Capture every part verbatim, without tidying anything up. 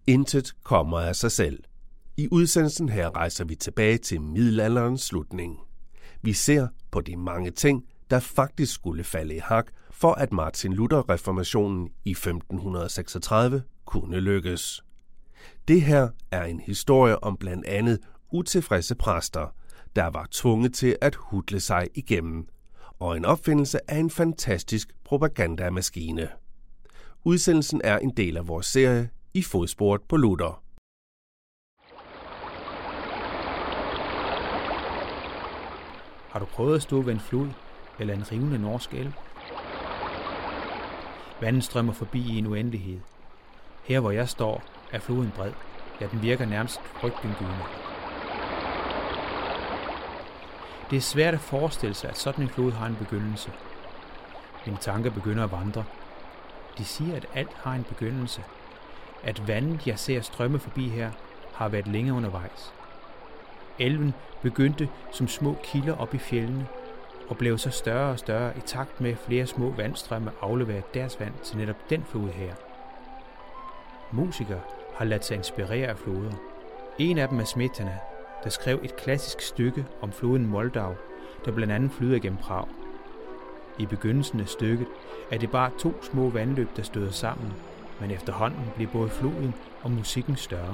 Intet kommer af sig selv. I udsendelsen her rejser vi tilbage til middelalderens slutning. Vi ser på de mange ting, der faktisk skulle falde i hak, for at Martin Luther-reformationen i femten seksogtredive kunne lykkes. Det her er en historie om blandt andet utilfredse præster, der var tvunget til at hudle sig igennem, og en opfindelse af en fantastisk propagandamaskine. Udsendelsen er en del af vores serie I fodsporet på Luther. Har du prøvet at stå ved en flod eller en rivende norsk elv? Vandet strømmer forbi i en uendelighed. Her hvor jeg står, er floden bred. Ja, den virker nærmest frygtindgydende. Det er svært at forestille sig, at sådan en flod har en begyndelse. Mine tanker begynder at vandre. De siger, at alt har en begyndelse. At vandet, jeg ser strømme forbi her, har været længe undervejs. Elven begyndte som små kilder op i fjellene, og blev så større og større i takt med flere små vandstrømme afleverede deres vand til netop den flod her. Musikere har ladet sig inspirere af floder. En af dem er Smetana, der skrev et klassisk stykke om floden Moldau, der blandt andet flyder gennem Prag. I begyndelsen af stykket er det bare to små vandløb, der støder sammen, men efterhånden bliver både floden og musikken større.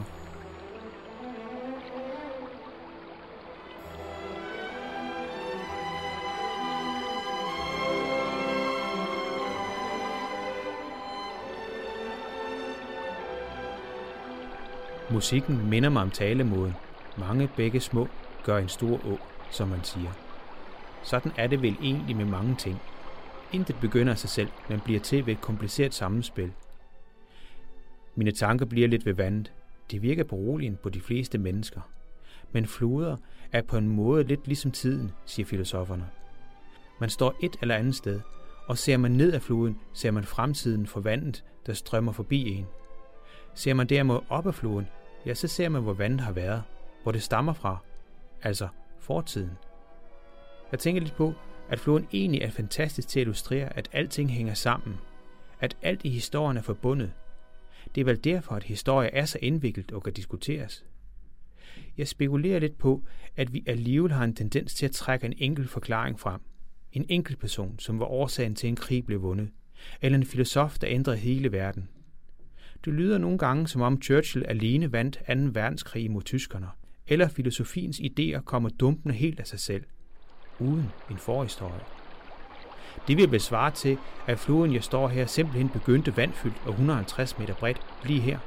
Musikken minder mig om talemåden. Mange bække små gør en stor å, som man siger. Sådan er det vel egentlig med mange ting. Intet begynder af sig selv, men bliver til ved et kompliceret sammenspil. Mine tanker bliver lidt ved vandet. Det virker beroligende på de fleste mennesker. Men floder er på en måde lidt ligesom tiden, siger filosoferne. Man står et eller andet sted, og ser man ned ad floden, ser man fremtiden for vandet, der strømmer forbi en. Ser man derimod op ad floden, ja, så ser man, hvor vandet har været, hvor det stammer fra, altså fortiden. Jeg tænker lidt på, at floden egentlig er fantastisk til at illustrere, at alting hænger sammen, at alt i historien er forbundet. Det er vel derfor, at historie er så indviklet og kan diskuteres. Jeg spekulerer lidt på, at vi alligevel har en tendens til at trække en enkelt forklaring frem. En enkelt person, som var årsagen til en krig blev vundet, eller en filosof, der ændrede hele verden. Det lyder nogle gange, som om Churchill alene vandt anden verdenskrig imod tyskerne, eller filosofiens idéer kommer dumpende helt af sig selv, uden en forhistorie. Det vil besvare til, at floden, jeg står her, simpelthen begyndte vandfyldt og et hundrede og halvtreds meter bredt lige her.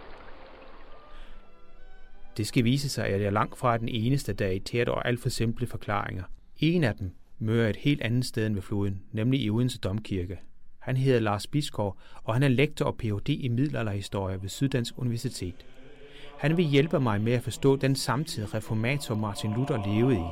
Det skal vise sig, at jeg langt fra den eneste, der irriterer over alt for simple forklaringer. En af dem møder et helt andet sted end ved floden, nemlig i Odense Domkirke. Han hedder Lars Bisgaard, og han er lektor og P H D i middelalderhistorie ved Syddansk Universitet. Han vil hjælpe mig med at forstå den samtid reformator Martin Luther levede i.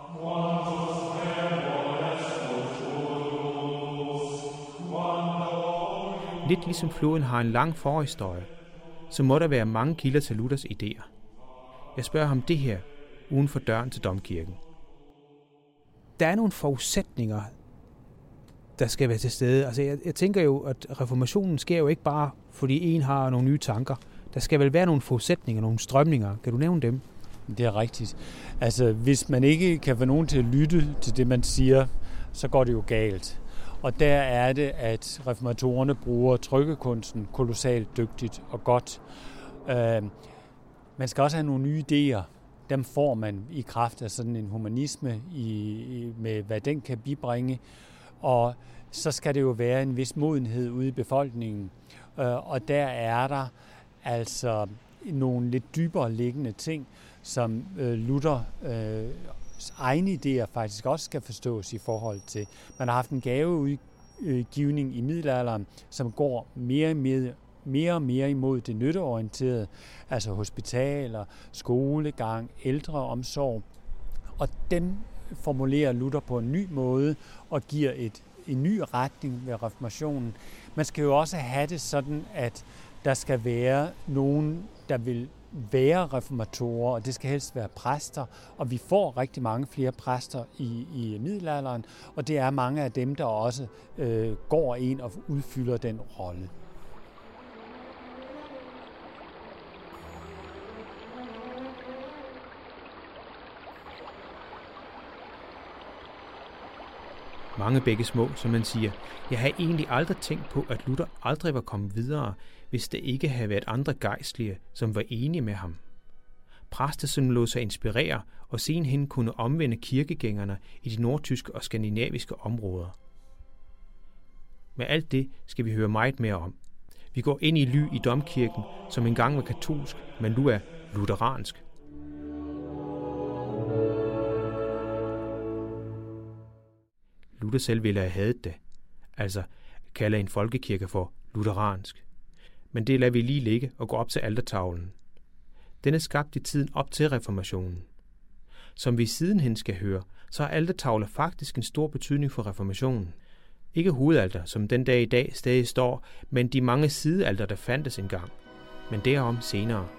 Lidt ligesom floden har en lang forhistorie, så må der være mange kilder til Luthers idéer. Jeg spørger ham det her, uden for døren til domkirken. Der er nogle forudsætninger, der skal være til stede. Altså jeg, jeg tænker jo, at reformationen sker jo ikke bare, fordi en har nogle nye tanker. Der skal vel være nogle forudsætninger, nogle strømninger. Kan du nævne dem? Det er rigtigt. Altså hvis man ikke kan få nogen til at lytte til det, man siger, så går det jo galt. Og der er det, at reformatorerne bruger trykkekunsten kolossalt dygtigt og godt. Øh, man skal også have nogle nye idéer. Dem får man i kraft af sådan en humanisme, i, med hvad den kan bibringe. Og så skal det jo være en vis modenhed ude i befolkningen. Og der er der altså nogle lidt dybere liggende ting, som Luther øh, egne idéer faktisk også skal forstås i forhold til. Man har haft en gaveudgivning i middelalderen, som går mere og mere, mere og mere imod det nytteorienterede, altså hospitaler, skolegang, ældreomsorg. Og dem formulerer Luther på en ny måde og giver et, en ny retning ved reformationen. Man skal jo også have det sådan, at der skal være nogen, der vil være reformatorer, og det skal helst være præster, og vi får rigtig mange flere præster i, i middelalderen, og det er mange af dem, der også øh, går ind og udfylder den rolle. Mange begge små, som man siger. Jeg har egentlig aldrig tænkt på, at Luther aldrig var kommet videre, hvis det ikke havde været andre gejstlige, som var enige med ham. Præster, som lod sig inspirere og senhen kunne omvende kirkegængerne i de nordtyske og skandinaviske områder. Med alt det skal vi høre meget mere om. Vi går ind i Ly i domkirken, som engang var katolsk, men nu er lutheransk. Luther selv ville have hadet det, altså kalder en folkekirke for lutheransk. Men det lader vi lige ligge og gå op til altertavlen. Den er skabt i tiden op til reformationen. Som vi sidenhen skal høre, så har altertavler faktisk en stor betydning for reformationen. Ikke hovedalter, som den dag i dag stadig står, men de mange sidealter, der fandtes engang. Men derom senere.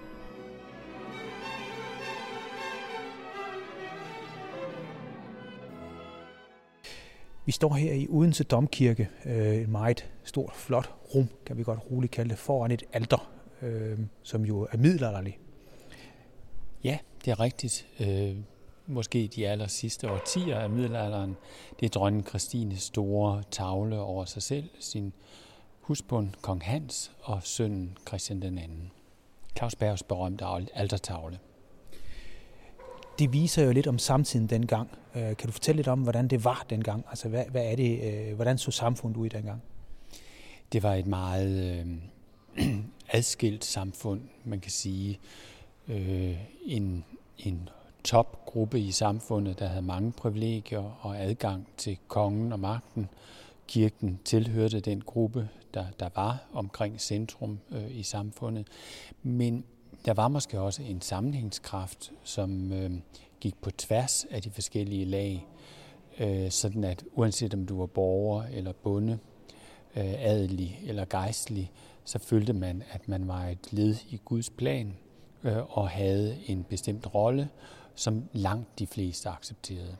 Vi står her i Odense Domkirke, et meget stort, flot rum, kan vi godt roligt kalde det, foran et alter, som jo er middelalderligt. Ja, det er rigtigt. Måske de aller sidste årtier af middelalderen. Det er dronning Kristines store tavle over sig selv, sin husbond kong Hans og sønnen Christian den anden. Claus Bergs berømte altertavle. Det viser jo lidt om samtiden dengang. Kan du fortælle lidt om, hvordan det var dengang? Altså, hvad, hvad er det, hvordan så samfundet ud dengang? Det var et meget øh, adskilt samfund, man kan sige. Øh, en, en topgruppe i samfundet, der havde mange privilegier og adgang til kongen og magten. Kirken tilhørte den gruppe, der, der var omkring centrum øh, i samfundet. Men der var måske også en sammenhængskraft, som øh, gik på tværs af de forskellige lag, øh, sådan at uanset om du var borger eller bonde, øh, adelig eller gejstlig, så følte man, at man var et led i Guds plan øh, og havde en bestemt rolle, som langt de fleste accepterede.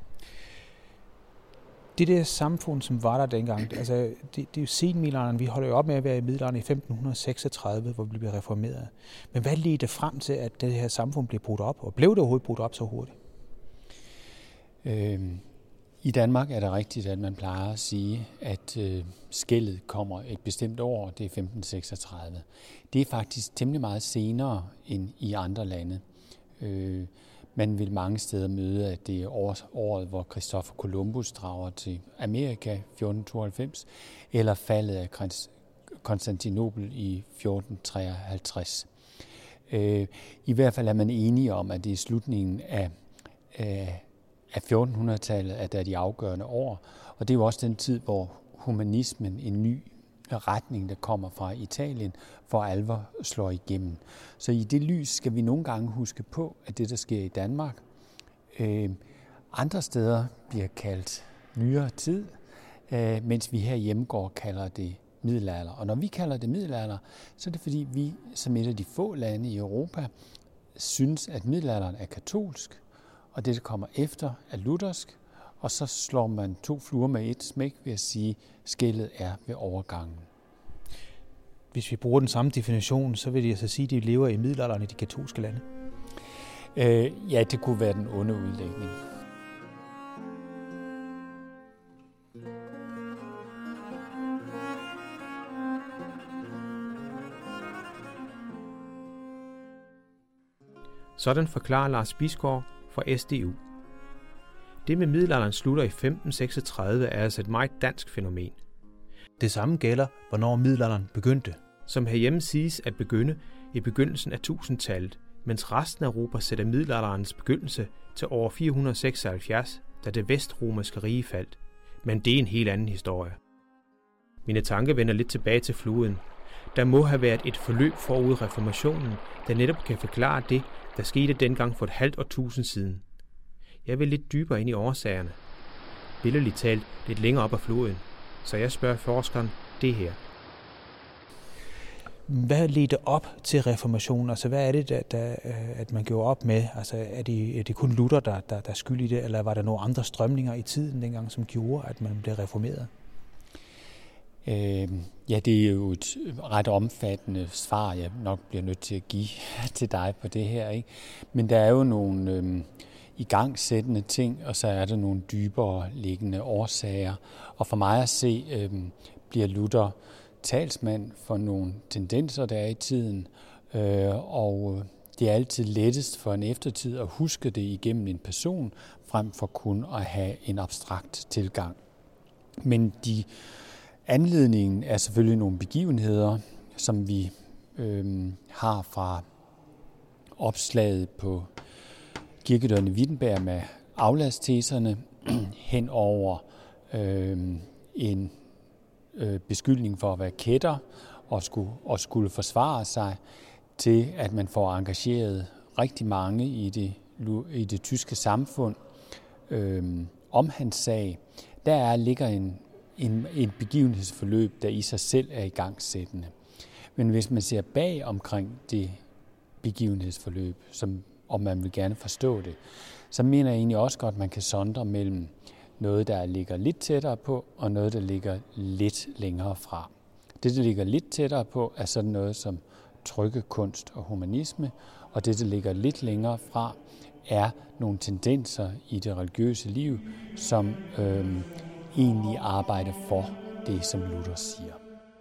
Det der samfund, som var der dengang, altså det, det er jo senmiddelalderen, vi holder jo op med at være i middelalderen i femten seksogtredive, hvor vi bliver reformeret. Men hvad ledte frem til, at det her samfund blev brudt op, og blev det overhovedet brudt op så hurtigt? Øhm, I Danmark er det rigtigt, at man plejer at sige, at øh, skellet kommer et bestemt år, det er femten seksogtredive. Det er faktisk temmelig meget senere end i andre lande. Øh, Man vil mange steder møde, at det er året, hvor Christopher Columbus drager til Amerika fjorten tooghalvfems, eller faldet af Konstantinopel i fjorten treoghalvtreds. I hvert fald er man enige om, at det er slutningen af, af fjortenhundredetallet, at det er de afgørende år. Og det er jo også den tid, hvor humanismen, en ny retning, der kommer fra Italien, for alvor slår igennem. Så i det lys skal vi nogle gange huske på, at det, der sker i Danmark, øh, andre steder bliver kaldt nyere tid, øh, mens vi her hjemme går og kalder det middelalder. Og når vi kalder det middelalder, så er det fordi vi, som et af de få lande i Europa, synes, at middelalderen er katolsk, og det, der kommer efter, er luthersk, og så slår man to fluer med et smæk ved at sige, at skellet er ved overgangen. Hvis vi bruger den samme definition, så vil det altså sige, at de lever i middelalderen i de katolske lande? Øh, ja, det kunne være den onde udlægning. Sådan forklarer Lars Bisgaard fra S D U. Det med middelalderen slutter i femten seksogtredive er altså et meget dansk fænomen. Det samme gælder, hvornår middelalderen begyndte. Som herhjemme siges at begynde i begyndelsen af tusindtallet, mens resten af Europa sætter middelalderens begyndelse til år fire hundrede seksoghalvfjerds, da det vestromerske rige faldt. Men det er en helt anden historie. Mine tanker vender lidt tilbage til fluden. Der må have været et forløb forud reformationen, der netop kan forklare det, der skete dengang for et halvt årtusind siden. Jeg vil lidt dybere ind i årsagerne. Billedligt talt lidt længere op ad floden. Så jeg spørger forskeren det her. Hvad ledte op til reformationen? Altså hvad er det, der, der, at man gjorde op med? Altså er det, er det kun Luther, der, der, der er skyld i det, eller var der nogle andre strømninger i tiden dengang, som gjorde, at man blev reformeret? Øh, ja, det er jo et ret omfattende svar, jeg nok bliver nødt til at give til dig på det her, ikke? Men der er jo nogle... Øh, igangsættende ting, og så er der nogle dybere liggende årsager. Og for mig at se, øh, bliver Luther talsmand for nogle tendenser, der er i tiden, øh, og det er altid lettest for en eftertid at huske det igennem en person, frem for kun at have en abstrakt tilgang. Men de anledningen er selvfølgelig nogle begivenheder, som vi øh, har fra opslaget på kirkedøren i Wittenberg med afladsteserne hen over øh, en øh, beskyldning for at være kætter og skulle, og skulle forsvare sig, til at man får engageret rigtig mange i det, i det tyske samfund øh, om hans sag. Der er, ligger en, en, en begivenhedsforløb, der i sig selv er igangsættende. Men hvis man ser bag omkring det begivenhedsforløb, som, og man vil gerne forstå det, så mener jeg egentlig også godt, at man kan sondre mellem noget, der ligger lidt tættere på, og noget, der ligger lidt længere fra. Det, der ligger lidt tættere på, er sådan noget som trykkekunst og humanisme, og det, der ligger lidt længere fra, er nogle tendenser i det religiøse liv, som øh, egentlig arbejder for det, som Luther siger.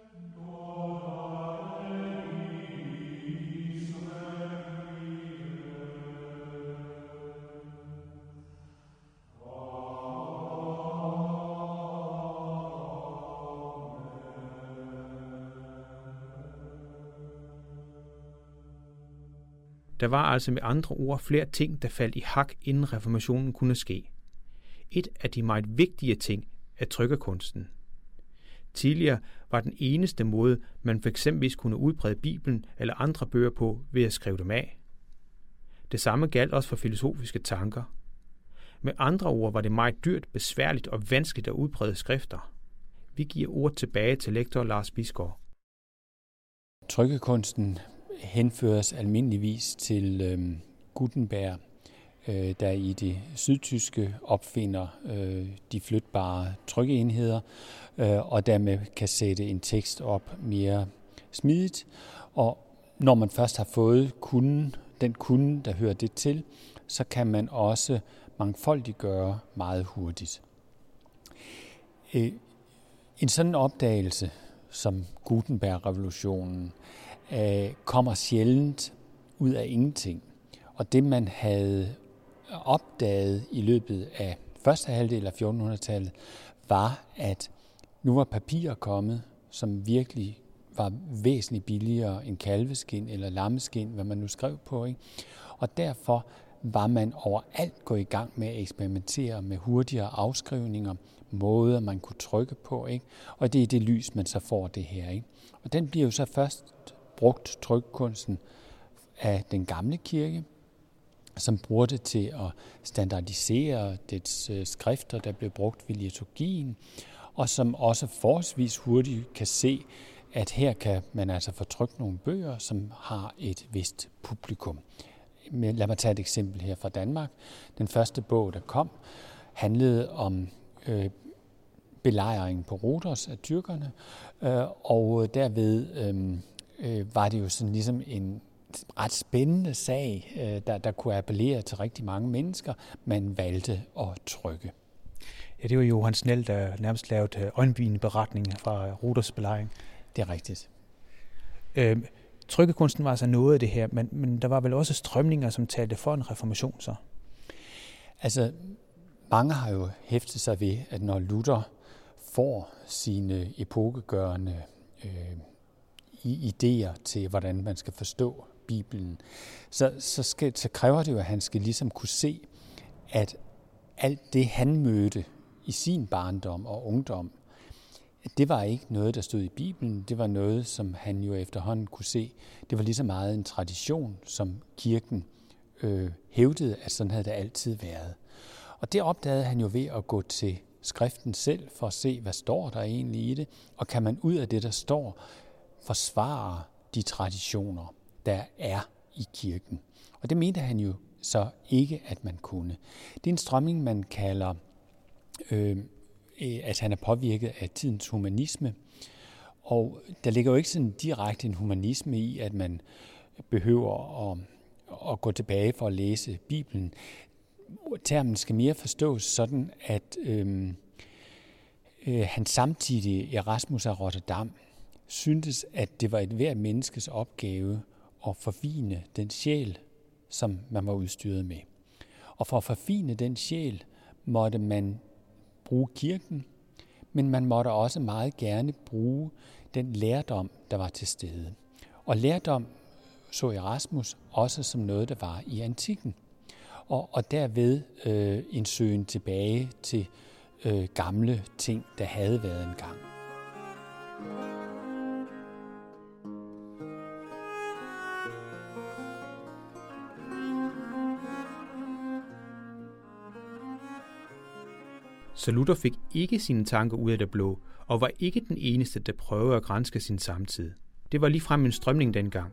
Der var altså med andre ord flere ting, der faldt i hak, inden reformationen kunne ske. Et af de meget vigtige ting er trykkekunsten. Tidligere var den eneste måde, man for eksempel kunne udbrede Bibelen eller andre bøger på, ved at skrive dem af. Det samme galt også for filosofiske tanker. Med andre ord var det meget dyrt, besværligt og vanskeligt at udbrede skrifter. Vi giver ord tilbage til lektor Lars Bisgaard. Trykkekunsten henføres almindeligvis til øh, Gutenberg, øh, der i det sydtyske opfinder øh, de flytbare trykkeenheder, øh, og dermed kan sætte en tekst op mere smidigt. Og når man først har fået kunden, den kunde, der hører det til, så kan man også mangfoldiggøre meget hurtigt. Øh, en sådan opdagelse som Gutenberg-revolutionen øh, kommer sjældent ud af ingenting. Og det, man havde opdaget i løbet af første halvdel af fjortenhundredetallet, var, at nu var papir kommet, som virkelig var væsentligt billigere end kalveskin eller lammeskin, hvad man nu skrev på, ikke? Og derfor var man overalt gået i gang med at eksperimentere med hurtigere afskrivninger, måder man kunne trykke på, ikke? Og det er det lys, man så får det her, ikke? Og den bliver jo så først brugt, trykkunsten, af den gamle kirke, som bruger det til at standardisere dets skrifter, der blev brugt ved liturgien, og som også forholdsvis hurtigt kan se, at her kan man altså få trykt nogle bøger, som har et vist publikum. Lad mig tage et eksempel her fra Danmark. Den første bog, der kom, handlede om øh, belejringen på Rhodos af tyrkerne, øh, og derved øh, øh, var det jo sådan ligesom en ret spændende sag, øh, der, der kunne appellere til rigtig mange mennesker, man valgte at trykke. Ja, det var Johan Snell, der nærmest lavede øjenvineberetninger fra Rhodos belejring. Det er rigtigt. Øh, Trykkekunsten var altså noget af det her, men, men der var vel også strømninger, som talte for en reformation så? Altså, mange har jo hæftet sig ved, at når Luther får sine epokegørende øh, idéer til, hvordan man skal forstå Bibelen, så, så, skal, så kræver det jo, at han skal ligesom kunne se, at alt det, han mødte i sin barndom og ungdom, det var ikke noget, der stod i Bibelen. Det var noget, som han jo efterhånden kunne se. Det var lige så meget en tradition, som kirken øh, hævdede, at sådan havde det altid været. Og det opdagede han jo ved at gå til skriften selv, for at se, hvad står der egentlig i det, og kan man ud af det, der står, forsvare de traditioner, der er i kirken. Og det mente han jo så ikke, at man kunne. Det er en strømning, man kalder, øh, at han er påvirket af tidens humanisme. Og der ligger jo ikke sådan direkte en humanisme i, at man behøver at, at gå tilbage for at læse Bibelen. termen skal mere forstås sådan, at øh, øh, han samtidig, Erasmus af Rotterdam, syntes, at det var et hvert menneskes opgave at forfine den sjæl, som man var udstyret med. Og for at forfine den sjæl, måtte man bruge kirken, men man måtte også meget gerne bruge den lærdom, der var til stede. Og lærdom så Erasmus også som noget, der var i antikken. Og, og derved øh, en søgen tilbage til øh, gamle ting, der havde været engang. Så Luther fik ikke sine tanker ud af det blå, og var ikke den eneste, der prøvede at granske sin samtid. Det var ligefrem en strømning dengang.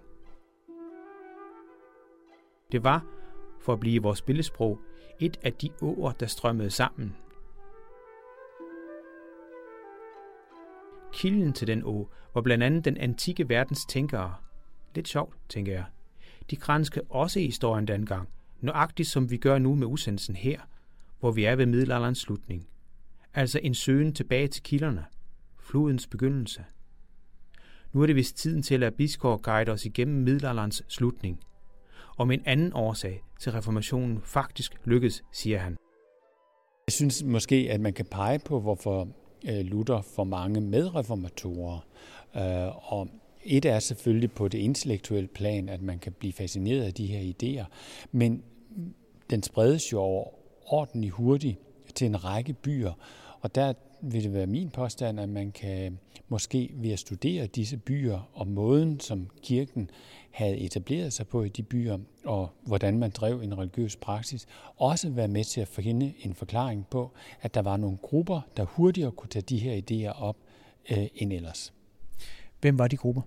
Det var, for at blive vores billedsprog, et af de åer, der strømmede sammen. Kilden til den å var blandt andet den antikke verdens tænkere. Lidt sjovt, tænker jeg. De granskede også historien dengang, nøjagtigt som vi gør nu med udsendelsen her, hvor vi er ved middelalderens slutning. Altså en søgen tilbage til kilderne. Flodens begyndelse. Nu er det vist tiden til at Bisgaard guide os igennem middelalderens slutning. Om en anden årsag til reformationen faktisk lykkedes, siger han. Jeg synes måske, at man kan pege på, hvorfor Luther får mange medreformatorer. Og et er selvfølgelig på det intellektuelle plan, at man kan blive fascineret af de her idéer, men den spredes jo over ordentligt hurtigt til en række byer, og der vil det være min påstand, at man kan måske ved at studere disse byer og måden, som kirken havde etableret sig på i de byer, og hvordan man drev en religiøs praksis, også være med til at finde en forklaring på, at der var nogle grupper, der hurtigere kunne tage de her idéer op øh, end ellers. Hvem var de grupper?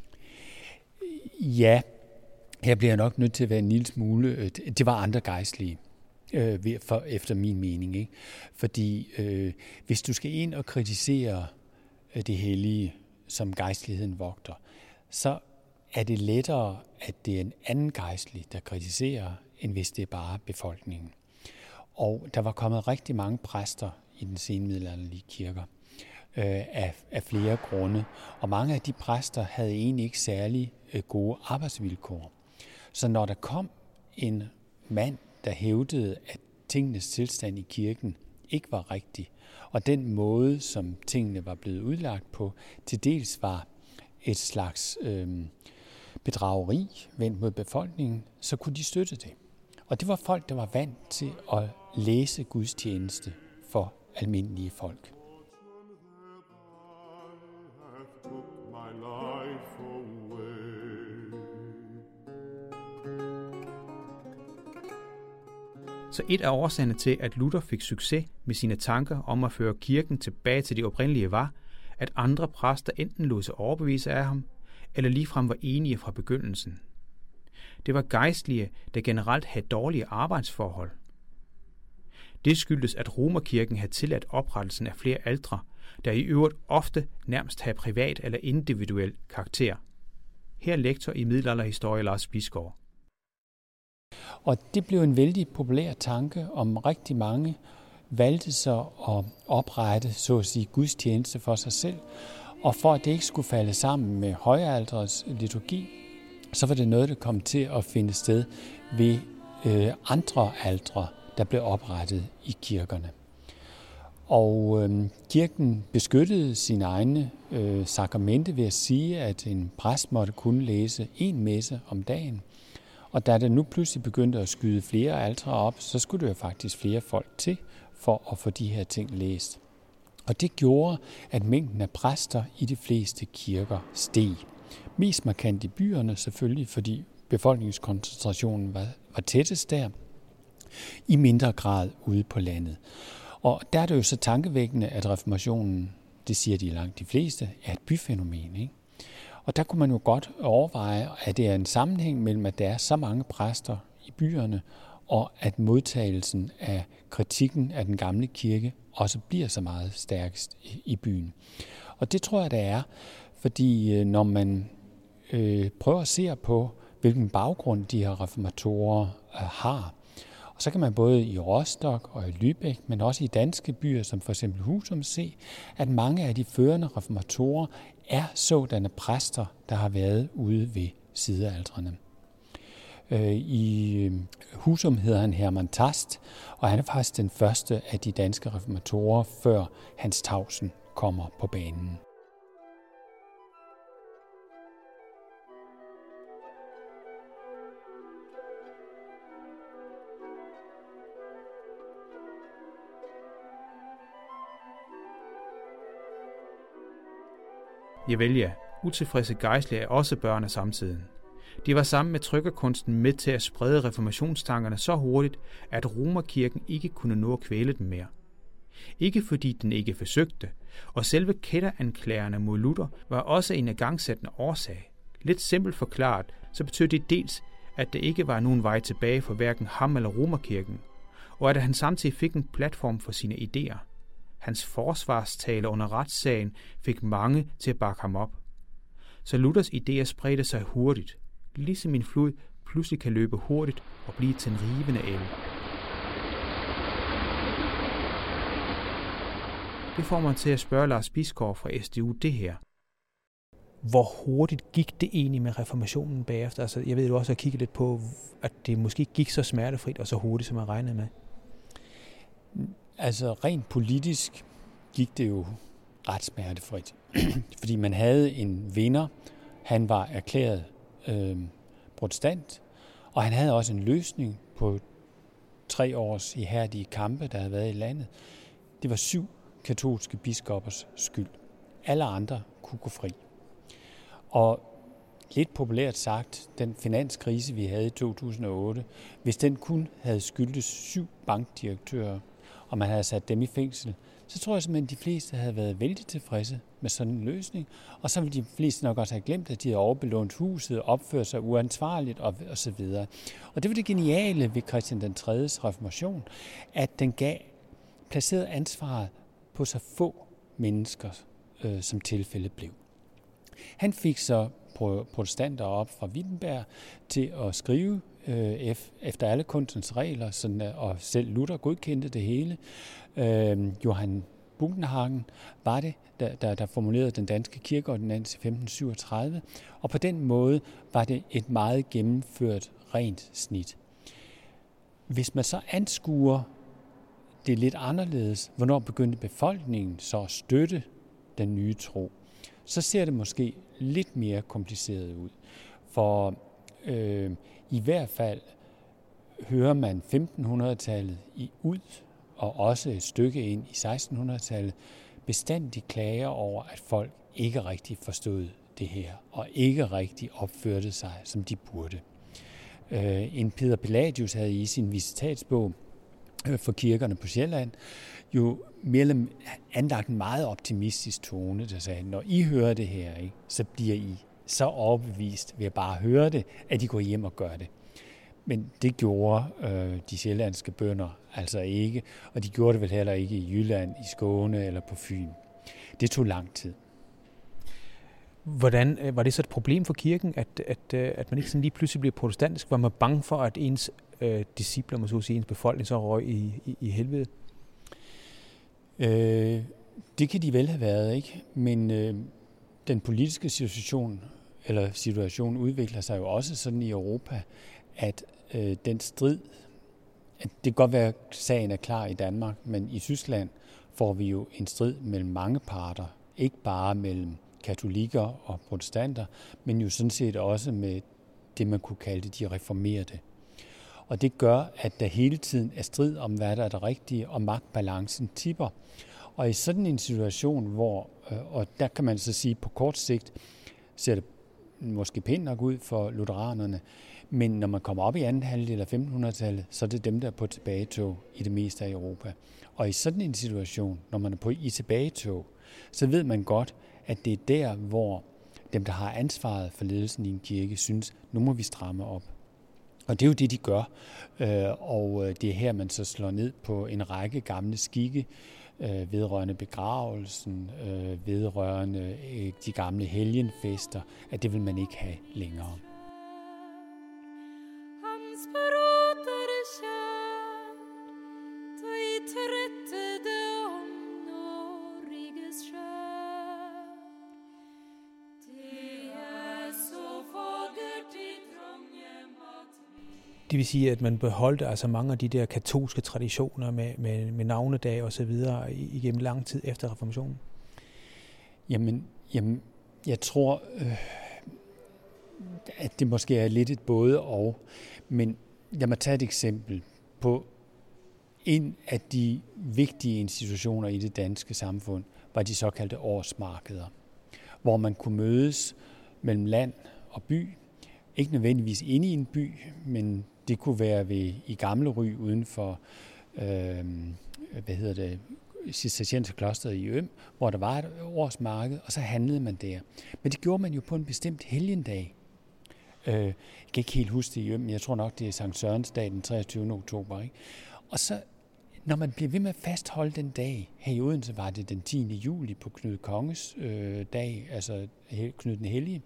Ja, her bliver jeg nok nødt til at være en lille smule. Det var andre gejstlige. Øh, for, efter min mening. Ikke? Fordi øh, hvis du skal ind og kritisere øh, det hellige, som gejstligheden vogter, så er det lettere, at det er en anden gejstlig, der kritiserer, end hvis det er bare befolkningen. Og der var kommet rigtig mange præster i den senmiddelalderlige kirker øh, af, af flere grunde, og mange af de præster havde egentlig ikke særlig øh, gode arbejdsvilkår. Så når der kom en mand, der hævdede, at tingenes tilstand i kirken ikke var rigtig, og den måde, som tingene var blevet udlagt på, til dels var et slags øh, bedrageri vendt mod befolkningen, så kunne de støtte det. Og det var folk, der var vant til at læse gudstjeneste for almindelige folk. Så et af årsagerne til, at Luther fik succes med sine tanker om at føre kirken tilbage til det oprindelige, var, at andre præster enten lod sig overbevise af ham, eller ligefrem var enige fra begyndelsen. Det var gejstlige, der generelt havde dårlige arbejdsforhold. Det skyldtes, at Romerkirken havde tilladt oprettelsen af flere altre, der i øvrigt ofte nærmest havde privat eller individuel karakter. Her lektor i middelalderhistorie Lars Bisgaard. Og det blev en vældig populær tanke, om rigtig mange valgte så at oprette, så at sige, gudstjeneste for sig selv. Og for at det ikke skulle falde sammen med højalterets liturgi, så var det noget, der kom til at finde sted ved øh, andre altre, der blev oprettet i kirkerne. Og øh, kirken beskyttede sine egne øh, sakramente ved at sige, at en præst måtte kun læse en messe om dagen. Og da det nu pludselig begyndte at skyde flere altre op, så skulle der jo faktisk flere folk til for at få de her ting læst. Og det gjorde, at mængden af præster i de fleste kirker steg. Mest markant i byerne selvfølgelig, fordi befolkningskoncentrationen var, var tættest der, i mindre grad ude på landet. Og der er det jo så tankevækkende, at reformationen, det siger de langt de fleste, er et byfænomen, ikke? Og der kunne man jo godt overveje, at det er en sammenhæng mellem, at der er så mange præster i byerne, og at modtagelsen af kritikken af den gamle kirke også bliver så meget stærkest i byen. Og det tror jeg, der er, fordi når man øh, prøver at se på, hvilken baggrund de her reformatorer øh, har, Og så kan man både i Rostock og i Lübeck, men også i danske byer, som for eksempel Husum, se, at mange af de førende reformatorer er sådanne præster, der har været ude ved sidealtrene. I Husum hedder han Hermann Tast, og han er faktisk den første af de danske reformatorer, før Hans Tausen kommer på banen. Javel ja, utilfredse gejstlige er også børn af samtiden. De var sammen med trykkerkunsten med til at sprede reformationstankerne så hurtigt, at Romerkirken ikke kunne nå at kvæle dem mere. Ikke fordi den ikke forsøgte, og selve kætteranklagerne mod Luther var også en igangsættende årsag. Lidt simpelt forklaret, så betød det dels, at der ikke var nogen vej tilbage for hverken ham eller Romerkirken, og at han samtidig fik en platform for sine idéer. Hans forsvarstaler under retssagen fik mange til at bakke ham op. Så Luthers idéer spredte sig hurtigt, ligesom en flod pludselig kan løbe hurtigt og blive til en rivende elv. Det får mig til at spørge Lars Bisgaard fra S D U det her. Hvor hurtigt gik det egentlig med reformationen bagefter? Altså, jeg ved, du også har kigget lidt på, at det måske gik så smertefrit og så hurtigt, som man regnede med. Altså rent politisk gik det jo ret smertefrit, fordi man havde en vinder, han var erklæret øh, protestant, og han havde også en løsning på tre års ihærdige kampe, der havde været i landet. Det var syv katolske biskoppers skyld. Alle andre kunne gå fri. Og lidt populært sagt, den finanskrise, vi havde i to tusind og otte, hvis den kun havde skyldtes syv bankdirektører, og man havde sat dem i fængsel, så tror jeg simpelthen, at de fleste havde været vældig tilfredse med sådan en løsning. Og så ville de fleste nok også have glemt, at de havde overbelånt huset, opført sig uansvarligt og, og så videre. Og det var det geniale ved Christian den tredjes reformation, at den gav placeret ansvaret på så få mennesker, øh, som tilfældet blev. Han fik så protestanter op fra Wittenberg til at skrive øh, efter alle kunstens regler, sådan, og selv Luther godkendte det hele. Øh, Johann Bugenhagen var det, der, der, der formulerede den danske kirkeordinans i femten syvogtredive, og på den måde var det et meget gennemført rent snit. Hvis man så anskuer det lidt anderledes, hvornår begyndte befolkningen så at støtte den nye tro, så ser det måske lidt mere kompliceret ud. For øh, i hvert fald hører man femtenhundredetallet i ud, og også et stykke ind i sekstenhundredetallet, bestandigt klager over, at folk ikke rigtig forstod det her, og ikke rigtig opførte sig, som de burde. Øh, en Peter Palladius havde i sin visitatsbog for kirkerne på Sjælland jo mere anlagt en meget optimistisk tone, der sagde, når I hører det her, ikke, så bliver I så overbevist ved at bare høre det, at I går hjem og gør det. Men det gjorde øh, de sjællandske bønder altså ikke, og de gjorde det vel heller ikke i Jylland, i Skåne eller på Fyn. Det tog lang tid. Hvordan var det så et problem for kirken, at, at, at man ikke sådan lige pludselig blev protestantisk? Var man bange for, at ens øh, discipler, man så sige, ens befolkning, så røg i, i, i helvede? Øh, det kan de vel have været, ikke? Men øh, den politiske situation, eller situation udvikler sig jo også sådan i Europa, at øh, den strid, at det kan godt være, at sagen er klar i Danmark, men i Tyskland får vi jo en strid mellem mange parter, ikke bare mellem katolikker og protestanter, men jo sådan set også med det, man kunne kalde de reformerede. Og det gør, at der hele tiden er strid om, hvad der er det rigtige, og magtbalancen tipper. Og i sådan en situation, hvor, og der kan man så sige, på kort sigt ser det måske pænt nok ud for lutheranerne, men når man kommer op i anden halvdel af femtenhundredetallet, så er det dem, der er på tilbagetog i det meste af Europa. Og i sådan en situation, når man er på i tilbagetog, så ved man godt, at det er der, hvor dem, der har ansvaret for ledelsen i en kirke, synes, nu må vi stramme op. Og det er jo det, de gør. Og det er her, man så slår ned på en række gamle skikke, vedrørende begravelsen, vedrørende de gamle helgenfester, at det vil man ikke have længere. det vil sige, at man beholdt altså mange af de der katolske traditioner med, med, med navnedag og så videre igennem lang tid efter reformationen? Jamen, jamen jeg tror, øh, at det måske er lidt et både og. Men lad mig tage et eksempel på en af de vigtige institutioner i det danske samfund, var de såkaldte årsmarkeder, hvor man kunne mødes mellem land og by. Ikke nødvendigvis inde i en by, men det kunne være ved, i Gamlery uden for øh, hvad hedder det, Cistercienserklosteret i Øm, hvor der var et årsmarked, og så handlede man der. Men det gjorde man jo på en bestemt helgendag. Øh, jeg kan ikke helt huske det i Øm, men jeg tror nok, det er Sankt Sørens dag den treogtyvende oktober. Ikke? Og så, når man bliver ved med at fastholde den dag, her i Odense var det den tiende juli på Knud Konges øh, dag, altså Knud den Hellige,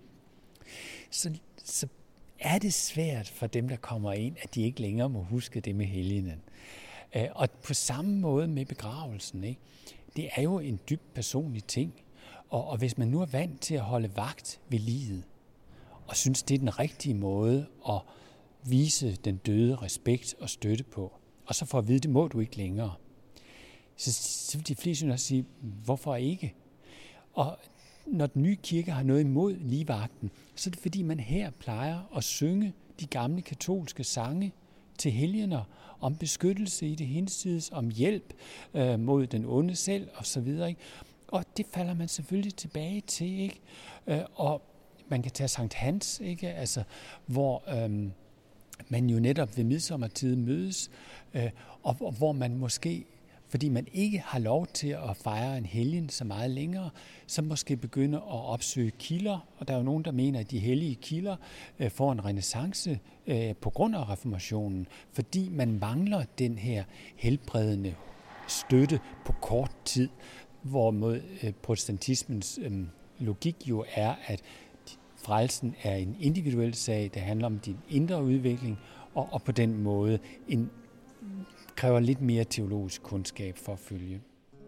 så, så er det svært for dem, der kommer ind, at de ikke længere må huske det med helgenen. Og på samme måde med begravelsen, ikke? Det er jo en dybt personlig ting. Og, og hvis man nu er vant til at holde vagt ved livet, og synes, det er den rigtige måde at vise den døde respekt og støtte på, og så får at vide, det må du ikke længere, så, så vil de fleste også sige, hvorfor ikke? Og når den nye kirke har noget imod livvagten, så er det fordi, man her plejer at synge de gamle katolske sange til helgener, om beskyttelse i det hinsides, om hjælp øh, mod den onde selv og så videre. Ikke? Og det falder man selvfølgelig tilbage til, ikke? Øh, og man kan tage Sankt Hans, ikke? Altså, hvor øh, man jo netop ved midsommertid mødes, øh, og, og hvor man måske, fordi man ikke har lov til at fejre en helgen så meget længere, så måske begynder at opsøge kilder, og der er jo nogen, der mener, at de hellige kilder øh, får en renæssance øh, på grund af reformationen, fordi man mangler den her helbredende støtte på kort tid, hvorimod øh, protestantismens øh, logik jo er, at frelsen er en individuel sag, der handler om din indre udvikling, og, og på den måde en kræver lidt mere teologisk kundskab for at følge.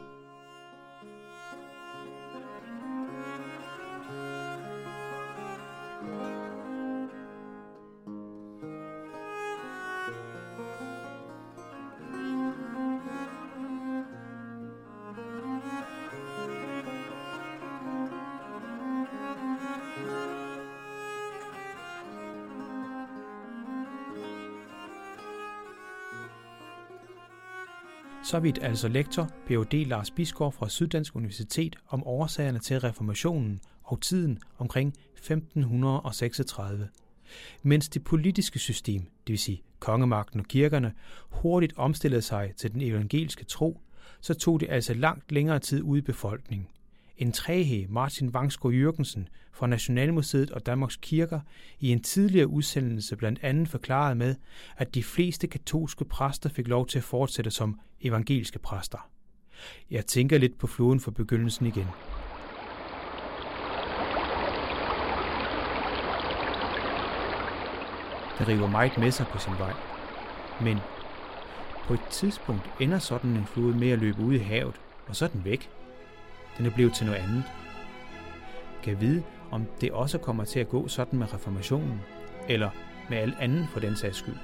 Så vidt altså lektor P H D Lars Bisgaard fra Syddansk Universitet om årsagerne til reformationen og tiden omkring femten seksogtredive. Mens det politiske system, det vil sige kongemagten og kirkerne, hurtigt omstillede sig til den evangeliske tro, så tog det altså langt længere tid ude i befolkningen. En træhe Martin Vangsgaard Jürgensen fra Nationalmuseet og Danmarks Kirker i en tidligere udsendelse blandt andet forklarede med, at de fleste katolske præster fik lov til at fortsætte som evangeliske præster. Jeg tænker lidt på floden fra begyndelsen igen. Den river meget med sig på sin vej. Men på et tidspunkt ender sådan en flod med at løbe ud i havet, og så er den væk. Den er blevet til noget andet. Kan jeg vide, om det også kommer til at gå sådan med reformationen, eller med al anden for den sags skyld.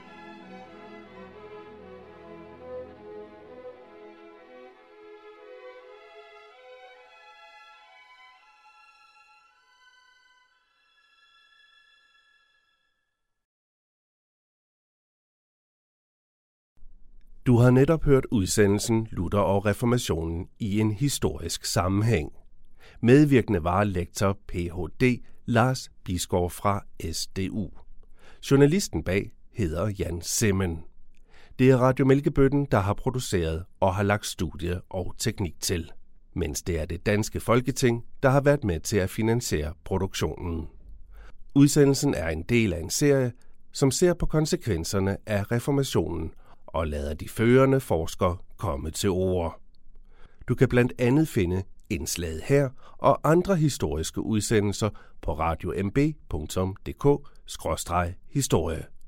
Du har netop hørt udsendelsen Luther og Reformationen i en historisk sammenhæng. Medvirkende var lektor P H D Lars Bisgaard fra S D U. Journalisten bag hedder Jan Simmen. Det er Radio Mælkebøtten, der har produceret og har lagt studie og teknik til, mens det er det danske Folketing, der har været med til at finansiere produktionen. Udsendelsen er en del af en serie, som ser på konsekvenserne af reformationen og lader de førende forskere komme til ord. Du kan blandt andet finde indslaget her og andre historiske udsendelser på radio m b punktum d k skråstreg historie.